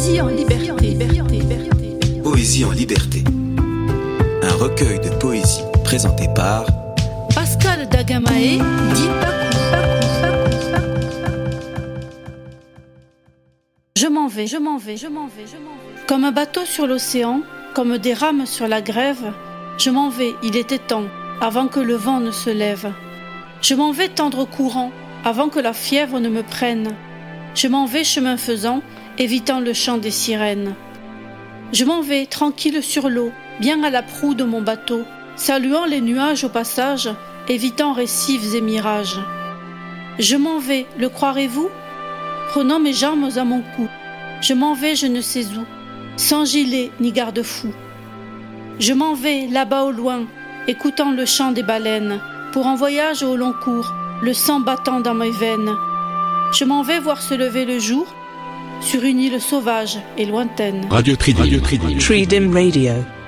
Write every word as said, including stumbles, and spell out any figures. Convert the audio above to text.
Poésie en liberté. Poésie en liberté. Un recueil de poésie présenté par Pascal Dagamae, dit Je m'en vais, je m'en vais, je m'en vais, je m'en vais. Comme un bateau sur l'océan, comme des rames sur la grève, je m'en vais, il était temps, avant que le vent ne se lève. Je m'en vais tendre courant, avant que la fièvre ne me prenne. Je m'en vais chemin faisant, évitant le chant des sirènes. Je m'en vais tranquille sur l'eau, bien à la proue de mon bateau, saluant les nuages au passage, évitant récifs et mirages. Je m'en vais, le croirez-vous ? Prenant mes jambes à mon cou, je m'en vais je ne sais où, sans gilet ni garde-fou. Je m'en vais là-bas au loin, écoutant le chant des baleines, pour un voyage au long cours, le sang battant dans mes veines. Je m'en vais voir se lever le jour, sur une île sauvage et lointaine. Radio Tridim. Radio Tridim. Tridim Radio.